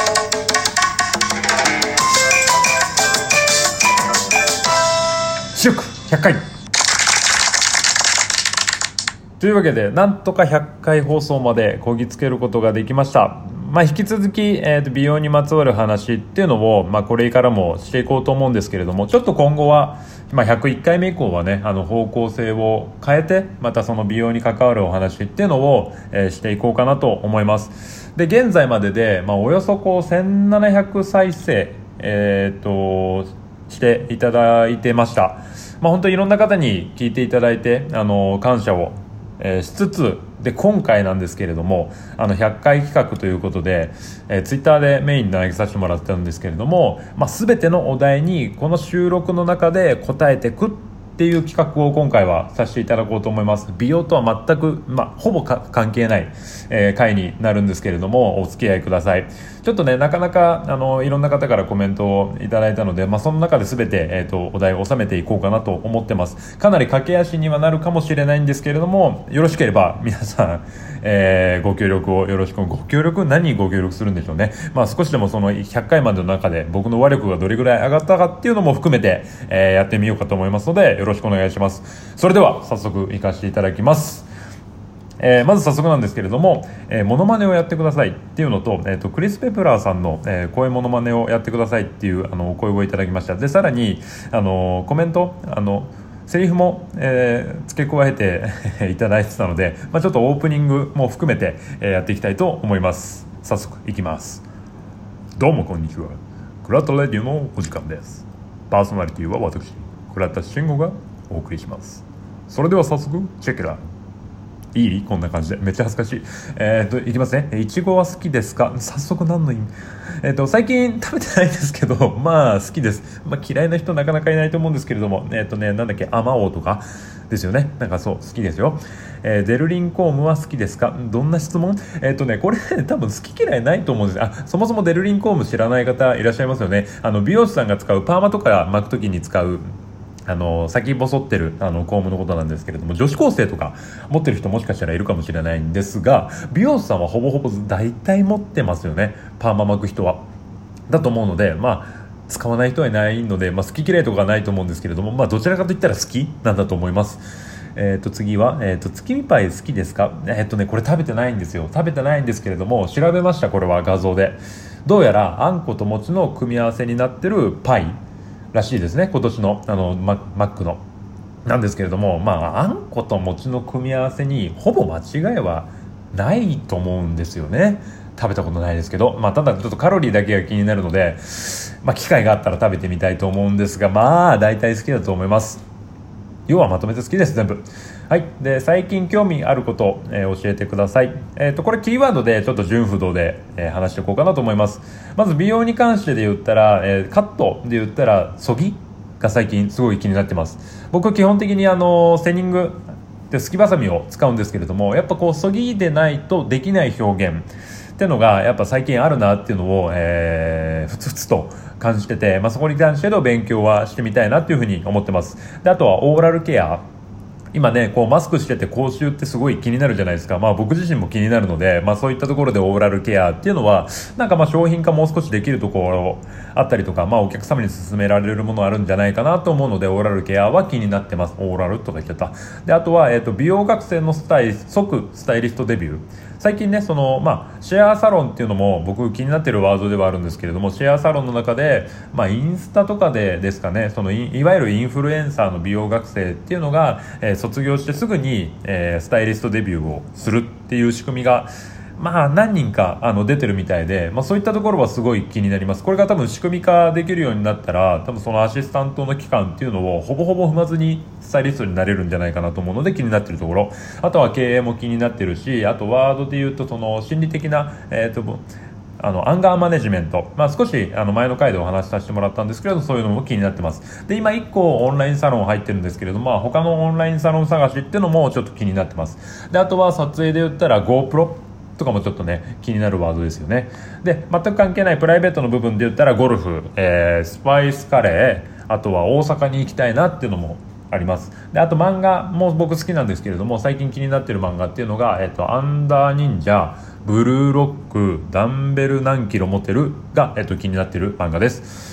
祝100回というわけで、なんとか100回放送までこぎつけることができました。引き続き、美容にまつわる話っていうのを、これからもしていこうと思うんですけれども、ちょっと今後は、101回目以降はね、方向性を変えて、またその美容に関わるお話っていうのを、していこうかなと思います。で、現在までで、およそ1700再生、していただいてました。本当にいろんな方に聞いていただいて、感謝をしつつで、今回なんですけれども、100回企画ということで、ツイッターでメインで投げさせてもらってたんですけれども、全てのお題にこの収録の中で答えてくっていう企画を今回はさせていただこうと思います。美容とは全く、ほぼ関係ない、回になるんですけれども、お付き合いください。ちょっとね、なかなかいろんな方からコメントをいただいたので、その中で全て、お題を収めていこうかなと思ってます。かなり駆け足にはなるかもしれないんですけれども、よろしければ皆さん、ご協力をよろしく。何にご協力するんでしょうね。少しでもその100回までの中で僕の話力がどれぐらい上がったかっていうのも含めて、やってみようかと思いますので、よろしくお願いします。それでは早速行かせていただきます。まず早速なんですけれども、モノマネをやってくださいっていうのと、クリス・ペプラーさんの、声モノマネをやってくださいっていうお声をいただきました。で、さらにコメントセリフも、付け加えていただいてたので、ちょっとオープニングも含めて、やっていきたいと思います。早速いきます。どうもこんにちは。倉田レディオのお時間です。パーソナリティは私、倉田慎吾がお送りします。それでは早速チェックラいいこんな感じでめっちゃ恥ずかしい。いきますね。いちごは好きですか？早速何の意味？最近食べてないんですけど、好きです。嫌いな人なかなかいないと思うんですけれども、なんだっけ、アマオとかですよね。そう好きですよ。デルリンコームは好きですか？どんな質問？これ多分好き嫌いないと思うんです。そもそもデルリンコーム知らない方いらっしゃいますよね。美容師さんが使うパーマとか巻くときに使う先細ってるコームのことなんですけれども、女子高生とか持ってる人もしかしたらいるかもしれないんですが、美容師さんはほぼほぼ大体持ってますよね。パーマ巻く人はだと思うので、使わない人はいないので、好き嫌いとかはないと思うんですけれども、どちらかといったら好きなんだと思います。次は、月見パイ好きですか？これ食べてないんですよ。食べてないんですけれども、調べました。これは画像でどうやらあんこと餅の組み合わせになってるパイらしいですね。今年のマックのなんですけれども、あんこと餅の組み合わせにほぼ間違いはないと思うんですよね。食べたことないですけど、ただちょっとカロリーだけが気になるので、機会があったら食べてみたいと思うんですが、大体好きだと思います。要はまとめて好きです、全部。はい。で、最近興味あること、教えてください。これキーワードでちょっと順不動で、話していこうかなと思います。まず美容に関してで言ったら、カットで言ったらそぎが最近すごい気になってます。僕基本的にセニングですきばさみを使うんですけれども、やっぱそぎでないとできない表現っていうのがやっぱ最近あるなっていうのを、ふつふつと感じてて、そこに関しての勉強はしてみたいなっていうふうに思ってます。で、あとはオーラルケア。今ね、マスクしてて口臭ってすごい気になるじゃないですか。僕自身も気になるので、そういったところでオーラルケアっていうのは商品化もう少しできるところあったりとか、お客様に勧められるものあるんじゃないかなと思うので、オーラルケアは気になってます。オーラルとか言っちゃった。で、あとは美容学生の即スタイリストデビュー。最近ね、シェアサロンっていうのも僕気になってるワードではあるんですけれども、シェアサロンの中で、インスタとかでですかね、いわゆるインフルエンサーの美容学生っていうのが、卒業してすぐに、スタイリストデビューをするっていう仕組みが何人か出てるみたいで、そういったところはすごい気になります。これが多分仕組み化できるようになったら、多分そのアシスタントの期間っていうのをほぼほぼ踏まずにスタイリストになれるんじゃないかなと思うので気になってるところ、あとは経営も気になってるし、あとワードで言うと心理的なアンガーマネジメント、少し前の回でお話しさせてもらったんですけれど、そういうのも気になってます。で、今1個オンラインサロン入ってるんですけれども、他のオンラインサロン探しっていうのもちょっと気になってます。で、あとは撮影で言ったら GoProとかもちょっとね気になるワードですよね。で、全く関係ないプライベートの部分で言ったらゴルフ、スパイスカレー、あとは大阪に行きたいなっていうのもあります。であと漫画も僕好きなんですけれども、最近気になっている漫画っていうのが、アンダー忍者、ブルーロック、ダンベル何キロ持てるが、気になっている漫画です。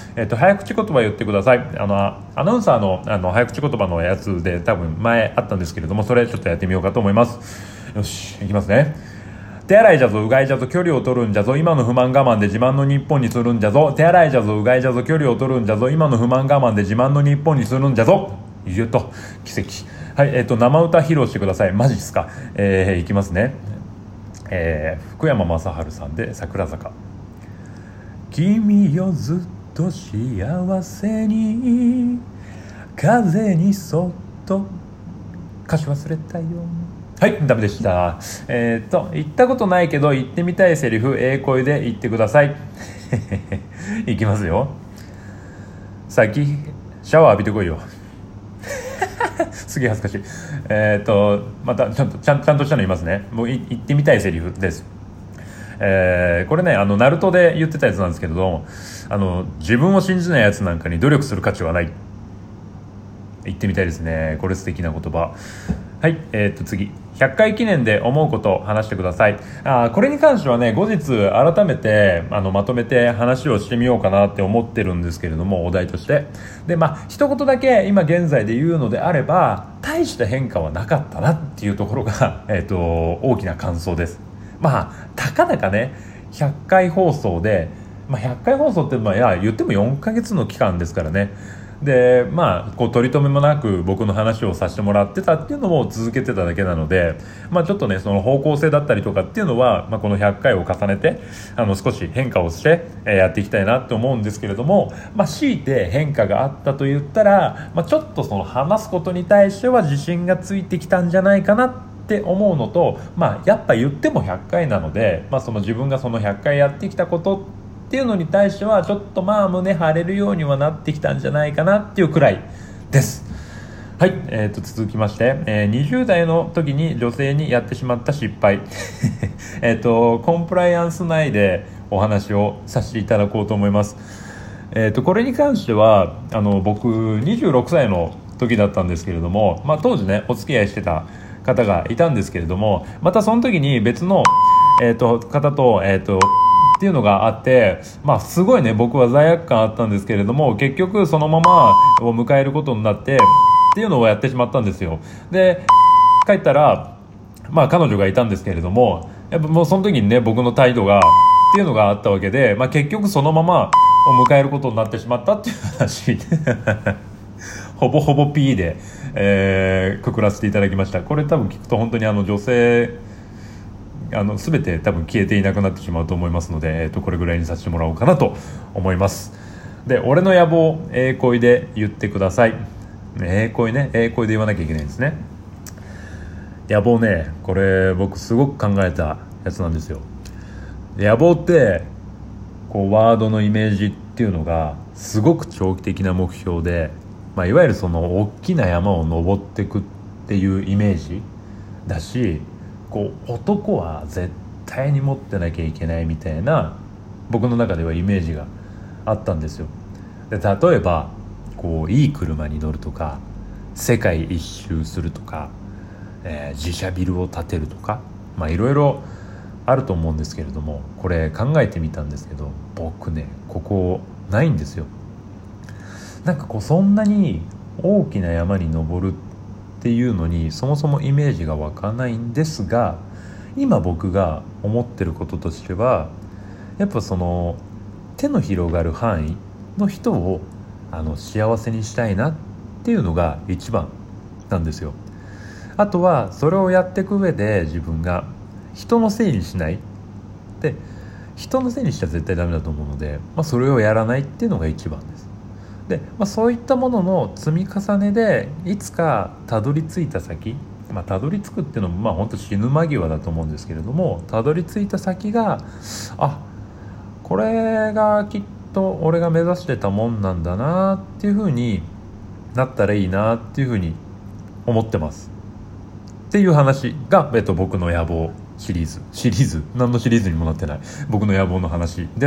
早口言葉言ってください。アナウンサーの早口言葉のやつで多分前あったんですけれども、それちょっとやってみようかと思います。よし、いきますね。手洗いじゃぞうがいじゃぞ距離を取るんじゃぞ、今の不満我慢で自慢の日本にするんじゃぞ。手洗いじゃぞうがいじゃぞ距離を取るんじゃぞ、今の不満我慢で自慢の日本にするんじゃぞ。言うと奇跡。はい、生歌披露してください。マジっすか。いきますね。福山雅治さんで桜坂。君よずっと幸せに風にそっと歌詞忘れたよ。はい、ダメでした。言ったことないけど言ってみたいセリフ、声で言ってください。いきますよ。先シャワー浴びてこいよ。すげえ恥ずかしい。またちゃんとしたの言いますね。もう言ってみたいセリフです。これね、ナルトで言ってたやつなんですけれど、自分を信じないやつなんかに努力する価値はない。言ってみたいですね。これ素敵な言葉。はい、次100回記念で思うことを話してください。これに関してはね、後日改めてまとめて話をしてみようかなって思ってるんですけれども、お題としてで、一言だけ今現在で言うのであれば、大した変化はなかったなっていうところが、大きな感想です。たかだかね100回放送で、100回放送って言っても4ヶ月の期間ですからね。でこう取り留めもなく僕の話をさせてもらってたっていうのも続けてただけなので、ちょっとねその方向性だったりとかっていうのは、この100回を重ねて少し変化をして、やっていきたいなって思うんですけれども、強いて変化があったと言ったら、ちょっとその話すことに対しては自信がついてきたんじゃないかなって思うのと、やっぱ言っても100回なので、その自分がその100回やってきたことっていうのに対してはちょっと胸張れるようにはなってきたんじゃないかなっていうくらいです。はい、続きまして、20代の時に女性にやってしまった失敗。コンプライアンス内でお話をさせていただこうと思います。これに関しては僕26歳の時だったんですけれども、当時ねお付き合いしてた方がいたんですけれども、またその時に別の、方とっていうのがあって、すごいね僕は罪悪感あったんですけれども、結局そのままを迎えることになってっていうのをやってしまったんですよ。で帰ったら彼女がいたんですけれども、やっぱもうその時にね僕の態度がっていうのがあったわけで、結局そのままを迎えることになってしまったっていう話。ほぼほぼ P で、くくらせていただきました。これ多分聞くと本当に女性全て多分消えていなくなってしまうと思いますので、これぐらいにさせてもらおうかなと思います。で、俺の野望声で言ってください。声で言わなきゃいけないんですね。野望ね、これ僕すごく考えたやつなんですよ。野望ってこうワードのイメージっていうのがすごく長期的な目標で、いわゆるその大きな山を登っていくっていうイメージだし、こう男は絶対に持ってなきゃいけないみたいな僕の中ではイメージがあったんですよ。で、例えばこういい車に乗るとか、世界一周するとか、自社ビルを建てるとか、いろいろあると思うんですけれども、これ考えてみたんですけど、僕ねここないんですよ。なんかこうそんなに大きな山に登るっていうのにそもそもイメージが湧かないんですが、今僕が思ってることとしては、やっぱその手の広がる範囲の人を幸せにしたいなっていうのが一番なんですよ。あとはそれをやっていく上で自分が人のせいにしないで、人のせいにしちゃ絶対ダメだと思うので、それをやらないっていうのが一番です。で、そういったものの積み重ねでいつかたどり着いた先、たどり着くっていうのも本当死ぬ間際だと思うんですけれども、たどり着いた先がこれがきっと俺が目指してたもんなんだなっていう風になったらいいなっていう風に思ってますっていう話が、僕の野望シリーズ何のシリーズにもなってない僕の野望の話です。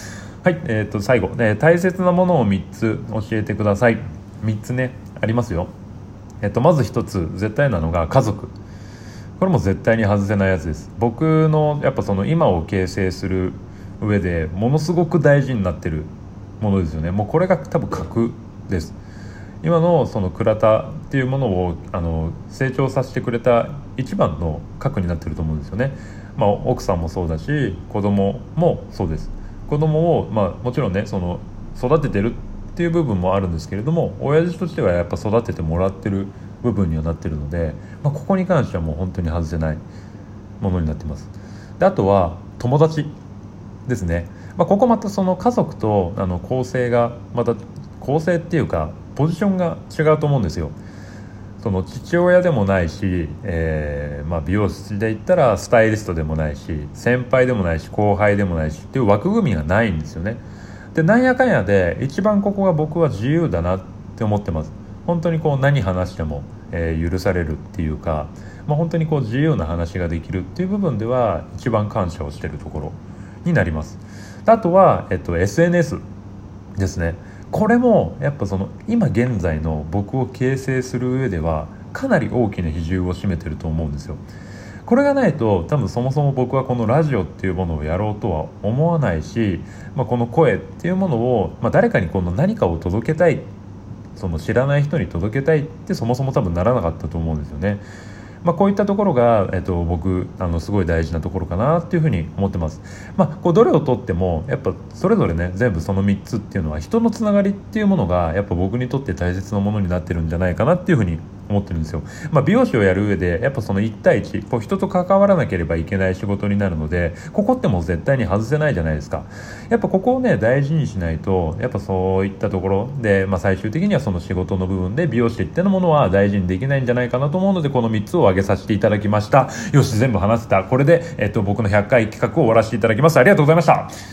はい、最後、大切なものを3つ教えてください。3つねありますよ。 まず一つ絶対なのが家族。これも絶対に外せないやつです。僕のやっぱその今を形成する上でものすごく大事になってるものですよね。もうこれが多分核です。今のその倉田っていうものを成長させてくれた一番の核になってると思うんですよね。奥さんもそうだし子供もそうです。子供をもちろんねその育ててるっていう部分もあるんですけれども、親父としてはやっぱ育ててもらってる部分にはなってるので、ここに関してはもう本当に外せないものになってます。であとは友達ですね。ここまたその家族と構成がまた構成っていうかポジションが違うと思うんですよ。その父親でもないし、美容師で言ったらスタイリストでもないし先輩でもないし後輩でもないしっていう枠組みがないんですよね。でなんやかんやで一番ここが僕は自由だなって思ってます。本当にこう何話しても、許されるっていうか、本当にこう自由な話ができるっていう部分では一番感謝をしているところになります。あとは、SNS ですね。これもやっぱその今現在の僕を形成する上ではかなり大きな比重を占めてると思うんですよ。これがないと多分そもそも僕はこのラジオっていうものをやろうとは思わないし、この声っていうものを、誰かにこの何かを届けたい、その知らない人に届けたいってそもそも多分ならなかったと思うんですよね。こういったところが、僕すごい大事なところかなっていうふうに思ってます。こうどれをとってもやっぱそれぞれね全部その3つっていうのは人のつながりっていうものがやっぱ僕にとって大切なものになってるんじゃないかなっていうふうに思ってるんですよ。美容師をやる上でやっぱその1対1こう人と関わらなければいけない仕事になるので、ここってもう絶対に外せないじゃないですか。やっぱここをね大事にしないとやっぱそういったところで、最終的にはその仕事の部分で美容師ってのものは大事にできないんじゃないかなと思うので、この3つを挙げさせていただきました。よし全部話せた。これで、僕の100回企画を終わらせていただきます。ありがとうございました。